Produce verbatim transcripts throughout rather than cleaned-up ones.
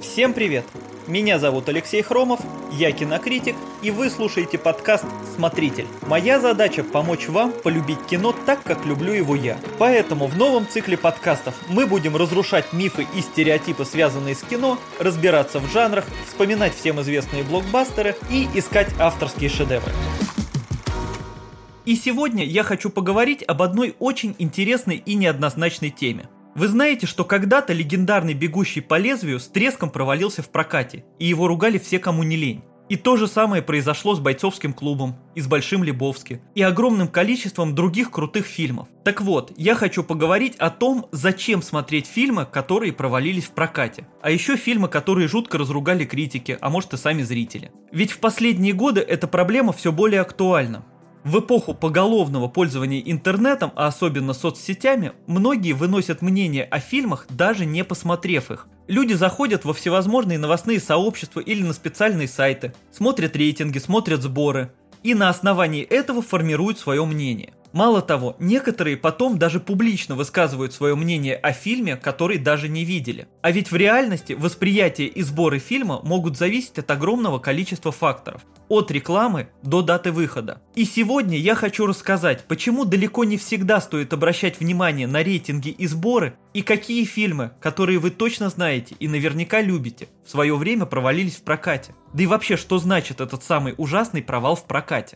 Всем привет! Меня зовут Алексей Хромов, я кинокритик, и вы слушаете подкаст «Смотритель». Моя задача – помочь вам полюбить кино так, как люблю его я. Поэтому в новом цикле подкастов мы будем разрушать мифы и стереотипы, связанные с кино, разбираться в жанрах, вспоминать всем известные блокбастеры и искать авторские шедевры. И сегодня я хочу поговорить об одной очень интересной и неоднозначной теме. Вы знаете, что когда-то легендарный «Бегущий по лезвию» с треском провалился в прокате, и его ругали все, кому не лень. И то же самое произошло с «Бойцовским клубом», и с «Большим Лебовски», и огромным количеством других крутых фильмов. Так вот, я хочу поговорить о том, зачем смотреть фильмы, которые провалились в прокате. А еще фильмы, которые жутко разругали критики, а может и сами зрители. Ведь в последние годы эта проблема все более актуальна. В эпоху поголовного пользования интернетом, а особенно соцсетями, многие выносят мнение о фильмах, даже не посмотрев их. Люди заходят во всевозможные новостные сообщества или на специальные сайты, смотрят рейтинги, смотрят сборы, и на основании этого формируют свое мнение. Мало того, некоторые потом даже публично высказывают свое мнение о фильме, который даже не видели. А ведь в реальности восприятие и сборы фильма могут зависеть от огромного количества факторов. От рекламы до даты выхода. И сегодня я хочу рассказать, почему далеко не всегда стоит обращать внимание на рейтинги и сборы, и какие фильмы, которые вы точно знаете и наверняка любите, в свое время провалились в прокате. Да и вообще, что значит этот самый ужасный провал в прокате?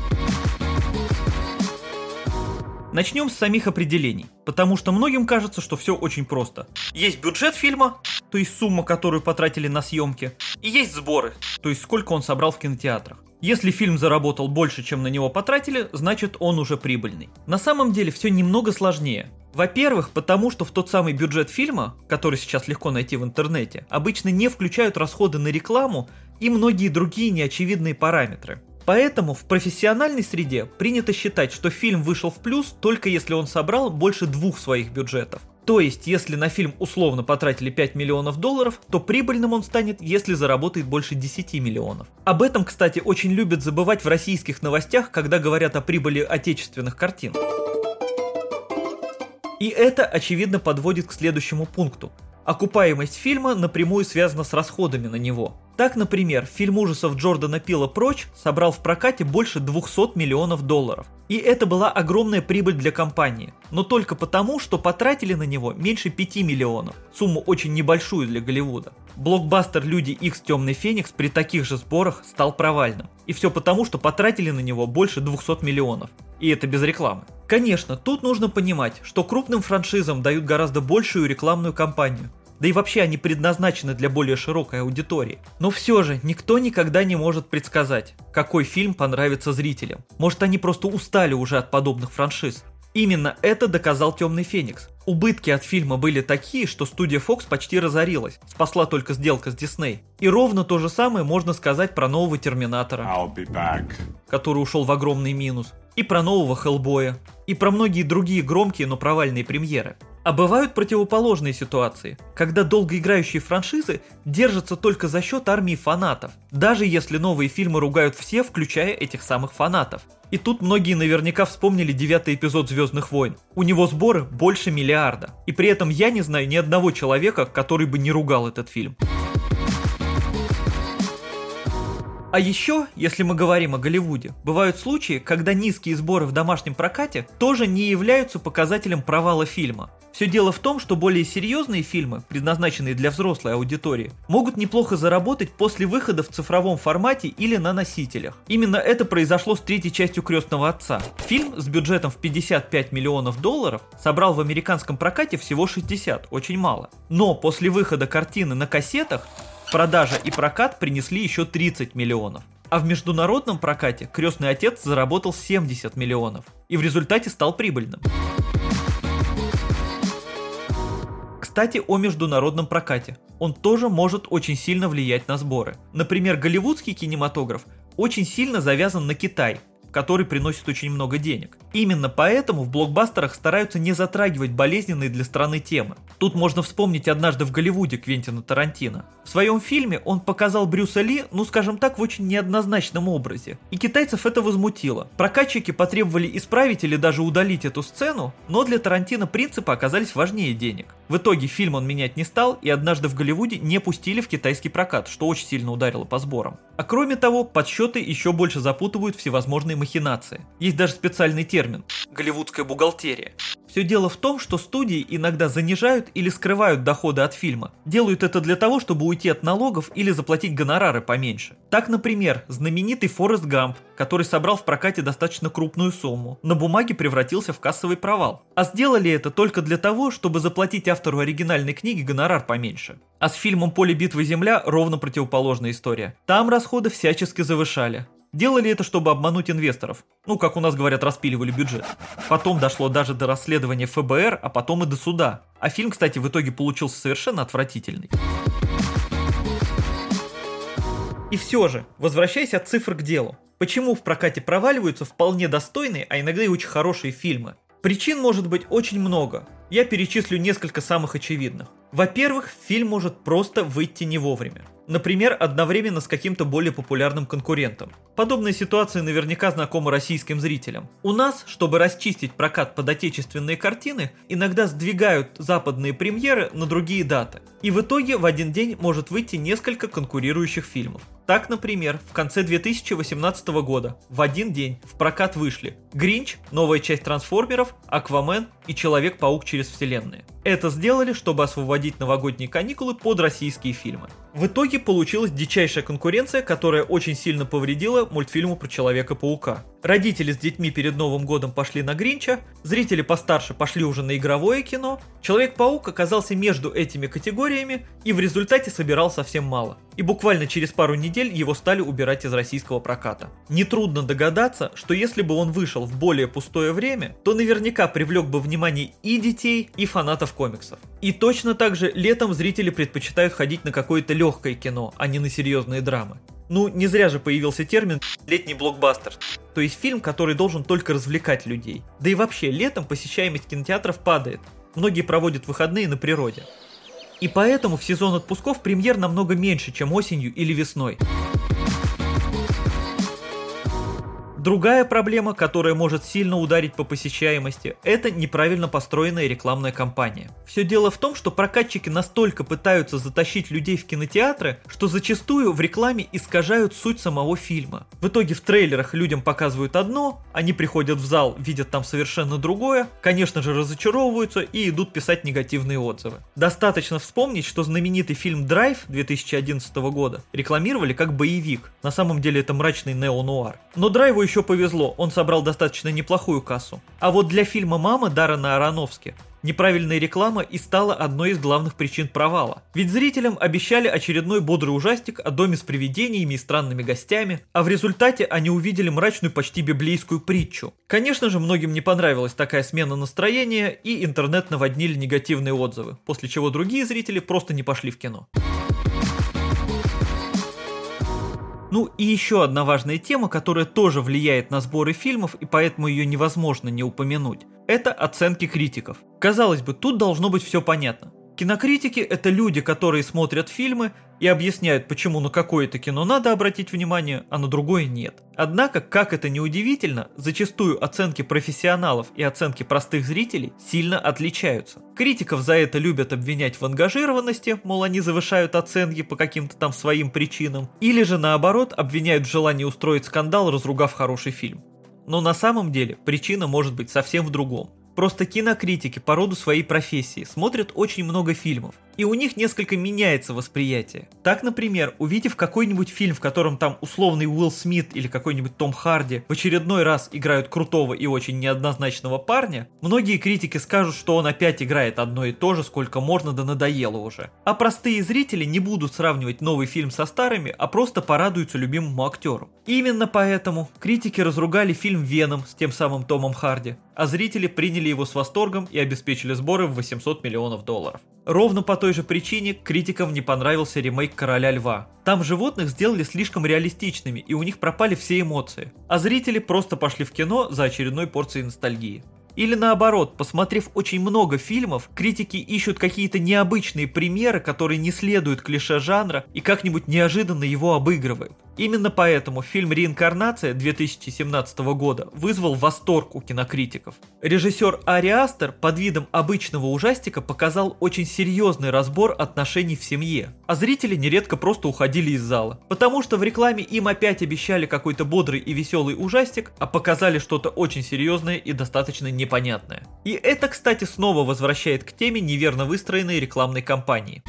Начнем с самих определений, потому что многим кажется, что все очень просто. Есть бюджет фильма, то есть сумма, которую потратили на съемки, и есть сборы, то есть сколько он собрал в кинотеатрах. Если фильм заработал больше, чем на него потратили, значит он уже прибыльный. На самом деле все немного сложнее. Во-первых, потому что в тот самый бюджет фильма, который сейчас легко найти в интернете, обычно не включают расходы на рекламу и многие другие неочевидные параметры. Поэтому в профессиональной среде принято считать, что фильм вышел в плюс только если он собрал больше двух своих бюджетов. То есть, если на фильм условно потратили пять миллионов долларов, то прибыльным он станет, если заработает больше десять миллионов. Об этом, кстати, очень любят забывать в российских новостях, когда говорят о прибыли отечественных картин. И это, очевидно, подводит к следующему пункту. Окупаемость фильма напрямую связана с расходами на него. Так, например, фильм ужасов Джордана Пила «Прочь» собрал в прокате больше двухсот миллионов долларов. И это была огромная прибыль для компании. Но только потому, что потратили на него меньше пяти миллионов. Сумму очень небольшую для Голливуда. Блокбастер «Люди Икс. Темный Феникс» при таких же сборах стал провальным. И все потому, что потратили на него больше двухсот миллионов. И это без рекламы. Конечно, тут нужно понимать, что крупным франшизам дают гораздо большую рекламную кампанию. Да и вообще они предназначены для более широкой аудитории. Но все же никто никогда не может предсказать, какой фильм понравится зрителям. Может, они просто устали уже от подобных франшиз. Именно это доказал «Темный Феникс». Убытки от фильма были такие, что студия Fox почти разорилась, спасла только сделка с Disney. И ровно то же самое можно сказать про нового Терминатора, который ушел в огромный минус, и про нового Хеллбоя, и про многие другие громкие, но провальные премьеры. А бывают противоположные ситуации, когда долгоиграющие франшизы держатся только за счет армии фанатов, даже если новые фильмы ругают все, включая этих самых фанатов. И тут многие наверняка вспомнили девятый эпизод «Звездных войн». У него сборы больше миллиарда. И при этом я не знаю ни одного человека, который бы не ругал этот фильм. А еще, если мы говорим о Голливуде, бывают случаи, когда низкие сборы в домашнем прокате тоже не являются показателем провала фильма. Все дело в том, что более серьезные фильмы, предназначенные для взрослой аудитории, могут неплохо заработать после выхода в цифровом формате или на носителях. Именно это произошло с третьей частью «Крестного отца». Фильм с бюджетом в пятьдесят пять миллионов долларов собрал в американском прокате всего шестьдесят, очень мало. Но после выхода картины на кассетах продажа и прокат принесли еще тридцать миллионов. А в международном прокате «Крестный отец» заработал семьдесят миллионов. И в результате стал прибыльным. Кстати, о международном прокате. Он тоже может очень сильно влиять на сборы. Например, голливудский кинематограф очень сильно завязан на Китай. который приносит очень много денег. Именно поэтому в блокбастерах стараются не затрагивать болезненные для страны темы. Тут можно вспомнить «Однажды в Голливуде» Квентина Тарантино. В своем фильме он показал Брюса Ли, ну скажем так, в очень неоднозначном образе. И китайцев это возмутило. Прокатчики потребовали исправить или даже удалить эту сцену, но для Тарантино принципы оказались важнее денег. В итоге фильм он менять не стал, и «Однажды в Голливуде» не пустили в китайский прокат, что очень сильно ударило по сборам. А кроме того, подсчеты еще больше запутывают всевозможные махинации. Есть даже специальный термин – голливудская бухгалтерия. Все дело в том, что студии иногда занижают или скрывают доходы от фильма. Делают это для того, чтобы уйти от налогов или заплатить гонорары поменьше. Так, например, знаменитый «Форест Гамп», который собрал в прокате достаточно крупную сумму, на бумаге превратился в кассовый провал. А сделали это только для того, чтобы заплатить автору оригинальной книги гонорар поменьше. А с фильмом «Поле битвы Земля» ровно противоположная история. Там расходы всячески завышали. Делали это, чтобы обмануть инвесторов. Ну, как у нас говорят, распиливали бюджет. Потом дошло даже до расследования эф бэ эр, а потом и до суда. А фильм, кстати, в итоге получился совершенно отвратительный. И все же, возвращаясь от цифр к делу. Почему в прокате проваливаются вполне достойные, а иногда и очень хорошие фильмы? Причин может быть очень много. Я перечислю несколько самых очевидных. Во-первых, фильм может просто выйти не вовремя. Например, одновременно с каким-то более популярным конкурентом. Подобная ситуация наверняка знакома российским зрителям. У нас, чтобы расчистить прокат под отечественные картины, иногда сдвигают западные премьеры на другие даты. И в итоге в один день может выйти несколько конкурирующих фильмов. Так, например, в конце две тысячи восемнадцатого года в один день в прокат вышли «Гринч», новая часть «Трансформеров», «Аквамен» и «Человек-паук через вселенные». Это сделали, чтобы освободить новогодние каникулы под российские фильмы. В итоге получилась дичайшая конкуренция, которая очень сильно повредила мультфильму про Человека-паука. Родители с детьми перед Новым годом пошли на Гринча, зрители постарше пошли уже на игровое кино. Человек-паук оказался между этими категориями и в результате собирал совсем мало. И буквально через пару недель его стали убирать из российского проката. Нетрудно догадаться, что если бы он вышел в более пустое время, то наверняка привлек бы внимание и детей, и фанатов комиксов. И точно так же летом зрители предпочитают ходить на какое-то легкое кино, а не на серьезные драмы. Ну, не зря же появился термин «летний блокбастер», то есть фильм, который должен только развлекать людей. Да и вообще, летом посещаемость кинотеатров падает. Многие проводят выходные на природе. И поэтому в сезон отпусков премьер намного меньше, чем осенью или весной. Другая проблема, которая может сильно ударить по посещаемости, это неправильно построенная рекламная кампания. Все дело в том, что прокатчики настолько пытаются затащить людей в кинотеатры, что зачастую в рекламе искажают суть самого фильма. В итоге в трейлерах людям показывают одно, они приходят в зал, видят там совершенно другое, конечно же разочаровываются и идут писать негативные отзывы. Достаточно вспомнить, что знаменитый фильм «Драйв» две тысячи одиннадцатого года рекламировали как боевик. На самом деле это мрачный неонуар. Но Драйву еще повезло, он собрал достаточно неплохую кассу. А вот для фильма «Мама» Даррена Аронофски неправильная реклама и стала одной из главных причин провала. Ведь зрителям обещали очередной бодрый ужастик о доме с привидениями и странными гостями, а в результате они увидели мрачную, почти библейскую притчу. Конечно же, многим не понравилась такая смена настроения, и интернет наводнили негативные отзывы, после чего другие зрители просто не пошли в кино. Ну и еще одна важная тема, которая тоже влияет на сборы фильмов, и поэтому ее невозможно не упомянуть. Это оценки критиков. Казалось бы, тут должно быть все понятно. Кинокритики – это люди, которые смотрят фильмы и объясняют, почему на какое-то кино надо обратить внимание, а на другое нет. Однако, как это ни удивительно, зачастую оценки профессионалов и оценки простых зрителей сильно отличаются. Критиков за это любят обвинять в ангажированности, мол, они завышают оценки по каким-то там своим причинам, или же наоборот обвиняют в желании устроить скандал, разругав хороший фильм. Но на самом деле причина может быть совсем в другом. Просто кинокритики по роду своей профессии смотрят очень много фильмов, и у них несколько меняется восприятие. Так, например, увидев какой-нибудь фильм, в котором там условный Уилл Смит или какой-нибудь Том Харди в очередной раз играют крутого и очень неоднозначного парня, многие критики скажут, что он опять играет одно и то же, сколько можно, да надоело уже. А простые зрители не будут сравнивать новый фильм со старыми, а просто порадуются любимому актеру. Именно поэтому критики разругали фильм «Веном» с тем самым Томом Харди, а зрители приняли его с восторгом и обеспечили сборы в восемьсот миллионов долларов. Ровно по той же причине критикам не понравился ремейк «Короля льва». Там животных сделали слишком реалистичными, и у них пропали все эмоции. А зрители просто пошли в кино за очередной порцией ностальгии. Или наоборот, посмотрев очень много фильмов, критики ищут какие-то необычные примеры, которые не следуют клише жанра и как-нибудь неожиданно его обыгрывают. Именно поэтому фильм «Реинкарнация» две тысячи семнадцатого года вызвал восторг у кинокритиков. Режиссер Ари Астер под видом обычного ужастика показал очень серьезный разбор отношений в семье, а зрители нередко просто уходили из зала, потому что в рекламе им опять обещали какой-то бодрый и веселый ужастик, а показали что-то очень серьезное и достаточно непонятное. И это, кстати, снова возвращает к теме неверно выстроенной рекламной кампании.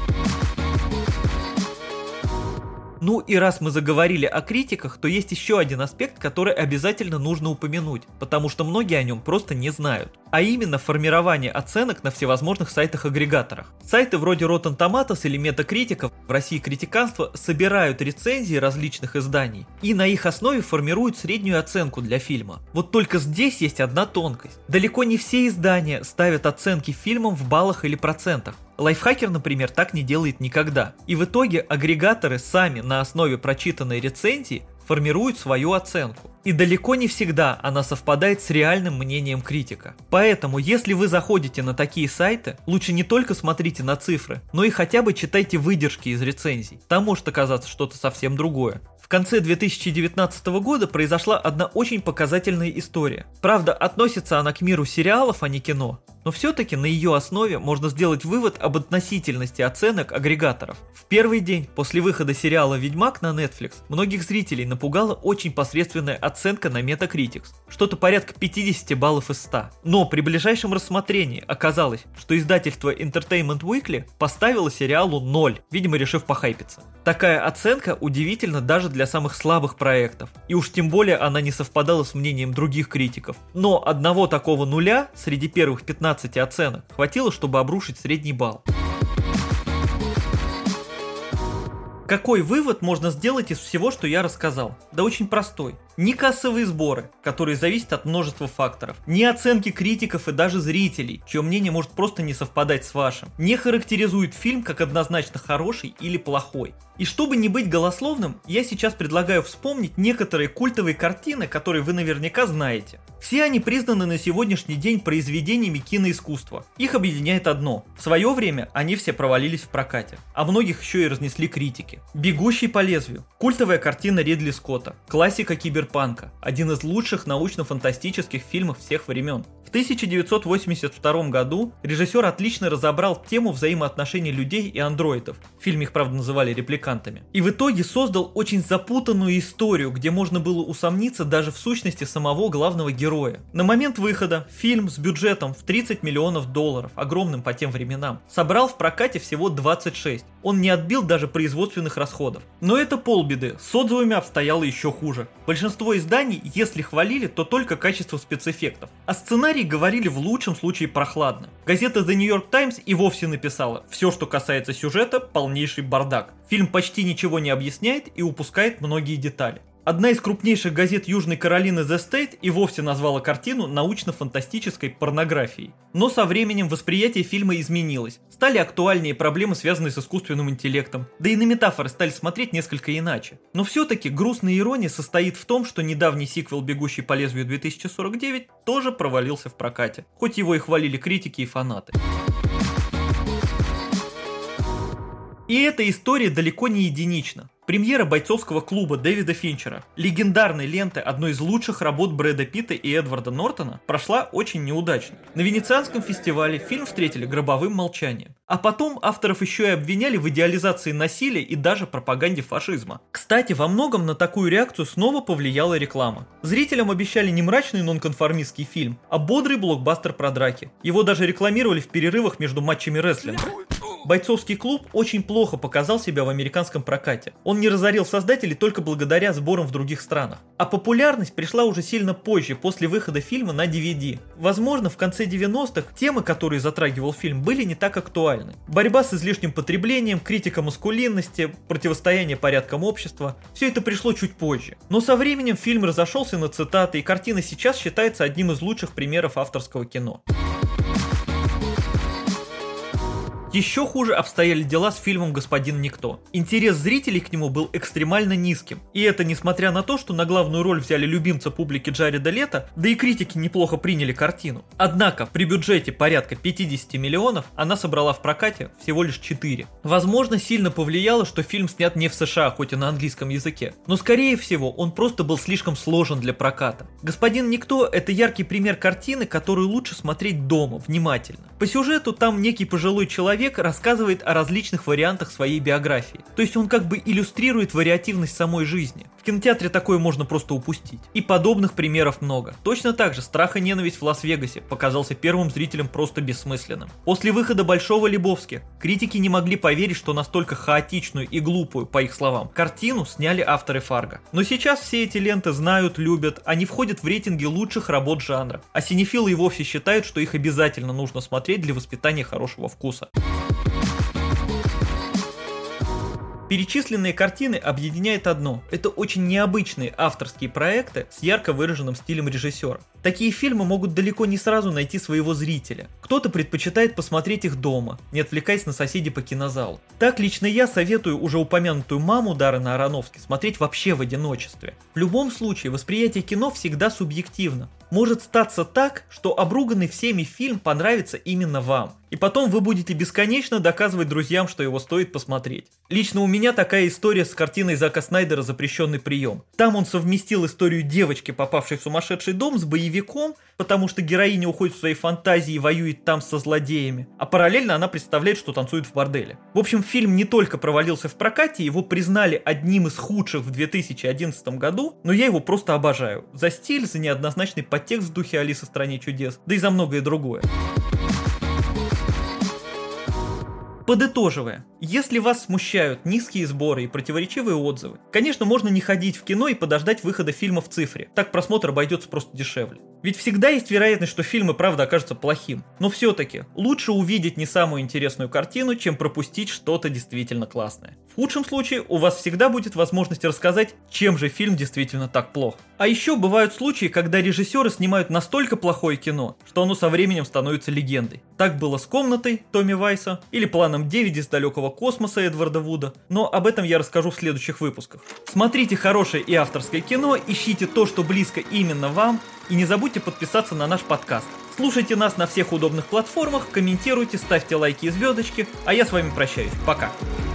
Ну и раз мы заговорили о критиках, то есть еще один аспект, который обязательно нужно упомянуть, потому что многие о нем просто не знают. А именно формирование оценок на всевозможных сайтах-агрегаторах. Сайты вроде Rotten Tomatoes или Metacritic, в России критиканство, собирают рецензии различных изданий и на их основе формируют среднюю оценку для фильма. Вот только здесь есть одна тонкость. Далеко не все издания ставят оценки фильмам в баллах или процентах. Лайфхакер, например, так не делает никогда. И в итоге агрегаторы сами на основе прочитанной рецензии формируют свою оценку. И далеко не всегда она совпадает с реальным мнением критика. Поэтому, если вы заходите на такие сайты, лучше не только смотрите на цифры, но и хотя бы читайте выдержки из рецензий. Там может оказаться что-то совсем другое. В конце две тысячи девятнадцатого года произошла одна очень показательная история. Правда, относится она к миру сериалов, а не кино. Но все-таки на ее основе можно сделать вывод об относительности оценок агрегаторов. В первый день после выхода сериала «Ведьмак» на Netflix многих зрителей напугала очень посредственная оценка на Metacritic, что-то порядка пятьдесят баллов из ста. Но при ближайшем рассмотрении оказалось, что издательство Entertainment Weekly поставило сериалу ноль, видимо решив похайпиться. Такая оценка удивительна даже для самых слабых проектов, и уж тем более она не совпадала с мнением других критиков. Но одного такого нуля среди первых пятнадцати оценок хватило, чтобы обрушить средний балл. Какой вывод можно сделать из всего, что я рассказал? Да очень простой. Ни кассовые сборы, которые зависят от множества факторов, ни оценки критиков и даже зрителей, чье мнение может просто не совпадать с вашим, не характеризуют фильм как однозначно хороший или плохой. И чтобы не быть голословным, я сейчас предлагаю вспомнить некоторые культовые картины, которые вы наверняка знаете. Все они признаны на сегодняшний день произведениями киноискусства. Их объединяет одно. В свое время они все провалились в прокате, а многих еще и разнесли критики. «Бегущий по лезвию» – культовая картина Ридли Скотта, классика киберпанка, один из лучших научно-фантастических фильмов всех времен. В тысяча девятьсот восемьдесят втором году режиссер отлично разобрал тему взаимоотношений людей и андроидов. В фильме их, правда, называли репликантами. И в итоге создал очень запутанную историю, где можно было усомниться даже в сущности самого главного героя. На момент выхода фильм с бюджетом в тридцать миллионов долларов, огромным по тем временам, собрал в прокате всего двадцать шесть. Он не отбил даже производственных расходов. Но это полбеды, с отзывами обстояло еще хуже. Большинство изданий, если хвалили, то только качество спецэффектов. А сценарий говорили в лучшем случае прохладно. Газета The New York Times и вовсе написала: все, что касается сюжета, полнейший бардак. Фильм почти ничего не объясняет и упускает многие детали. Одна из крупнейших газет Южной Каролины The State и вовсе назвала картину научно-фантастической порнографией. Но со временем восприятие фильма изменилось. Стали актуальнее проблемы, связанные с искусственным интеллектом. Да и на метафоры стали смотреть несколько иначе. Но все-таки грустная ирония состоит в том, что недавний сиквел «Бегущий по лезвию две тысячи сорок девять» тоже провалился в прокате. Хоть его и хвалили критики и фанаты. И эта история далеко не единична. Премьера «Бойцовского клуба» Дэвида Финчера, легендарной ленты одной из лучших работ Брэда Питта и Эдварда Нортона, прошла очень неудачно. На Венецианском фестивале фильм встретили гробовым молчанием. А потом авторов еще и обвиняли в идеализации насилия и даже пропаганде фашизма. Кстати, во многом на такую реакцию снова повлияла реклама. Зрителям обещали не мрачный нонконформистский фильм, а бодрый блокбастер про драки. Его даже рекламировали в перерывах между матчами рестлинга. «Бойцовский клуб» очень плохо показал себя в американском прокате. Он не разорил создателей только благодаря сборам в других странах. А популярность пришла уже сильно позже, после выхода фильма на ди ви ди. Возможно, в конце девяностых темы, которые затрагивал фильм, были не так актуальны. Борьба с излишним потреблением, критика маскулинности, противостояние порядкам общества – все это пришло чуть позже. Но со временем фильм разошелся на цитаты, и картина сейчас считается одним из лучших примеров авторского кино. Еще хуже обстояли дела с фильмом «Господин Никто». Интерес зрителей к нему был экстремально низким. И это несмотря на то, что на главную роль взяли любимца публики Джареда Лето, да и критики неплохо приняли картину. Однако при бюджете порядка пятьдесят миллионов она собрала в прокате всего лишь четыре. Возможно, сильно повлияло, что фильм снят не в США, хоть и на английском языке. Но скорее всего, он просто был слишком сложен для проката. «Господин Никто» — это яркий пример картины, которую лучше смотреть дома, внимательно. По сюжету там некий пожилой человек рассказывает о различных вариантах своей биографии. То есть он как бы иллюстрирует вариативность самой жизни. В кинотеатре такое можно просто упустить. И подобных примеров много. Точно так же «Страх и ненависть в Лас-Вегасе» показался первым зрителям просто бессмысленным. После выхода «Большого Лебовски» критики не могли поверить, что настолько хаотичную и глупую, по их словам, картину сняли авторы «Фарго». Но сейчас все эти ленты знают, любят, они входят в рейтинги лучших работ жанра. А синефилы и вовсе считают, что их обязательно нужно смотреть для воспитания хорошего вкуса. Перечисленные картины объединяет одно – это очень необычные авторские проекты с ярко выраженным стилем режиссера. Такие фильмы могут далеко не сразу найти своего зрителя. Кто-то предпочитает посмотреть их дома, не отвлекаясь на соседей по кинозалу. Так лично я советую уже упомянутую «Маму» Даррена Аронофски смотреть вообще в одиночестве. В любом случае, восприятие кино всегда субъективно. Может статься так, что обруганный всеми фильм понравится именно вам. И потом вы будете бесконечно доказывать друзьям, что его стоит посмотреть. Лично у меня такая история с картиной Зака Снайдера «Запрещенный прием». Там он совместил историю девочки, попавшей в сумасшедший дом, с боевиком, потому что героиня уходит в свои фантазии и воюет там со злодеями. А параллельно она представляет, что танцует в борделе. В общем, фильм не только провалился в прокате, его признали одним из худших в две тысячи одиннадцатом году, но я его просто обожаю. За стиль, за неоднозначный подтекст в духе «Алисы в стране чудес», да и за многое другое. Подытоживая, если вас смущают низкие сборы и противоречивые отзывы, конечно, можно не ходить в кино и подождать выхода фильма в цифре, так просмотр обойдется просто дешевле. Ведь всегда есть вероятность, что фильм и правда окажется плохим, но все-таки лучше увидеть не самую интересную картину, чем пропустить что-то действительно классное. В худшем случае у вас всегда будет возможность рассказать, чем же фильм действительно так плох. А еще бывают случаи, когда режиссеры снимают настолько плохое кино, что оно со временем становится легендой. Так было с «Комнатой» Томми Вайса или «Планом девять» из далекого космоса Эдварда Вуда, но об этом я расскажу в следующих выпусках. Смотрите хорошее и авторское кино, ищите то, что близко именно вам, и не забудьте подписаться на наш подкаст. Слушайте нас на всех удобных платформах, комментируйте, ставьте лайки и звездочки, а я с вами прощаюсь. Пока!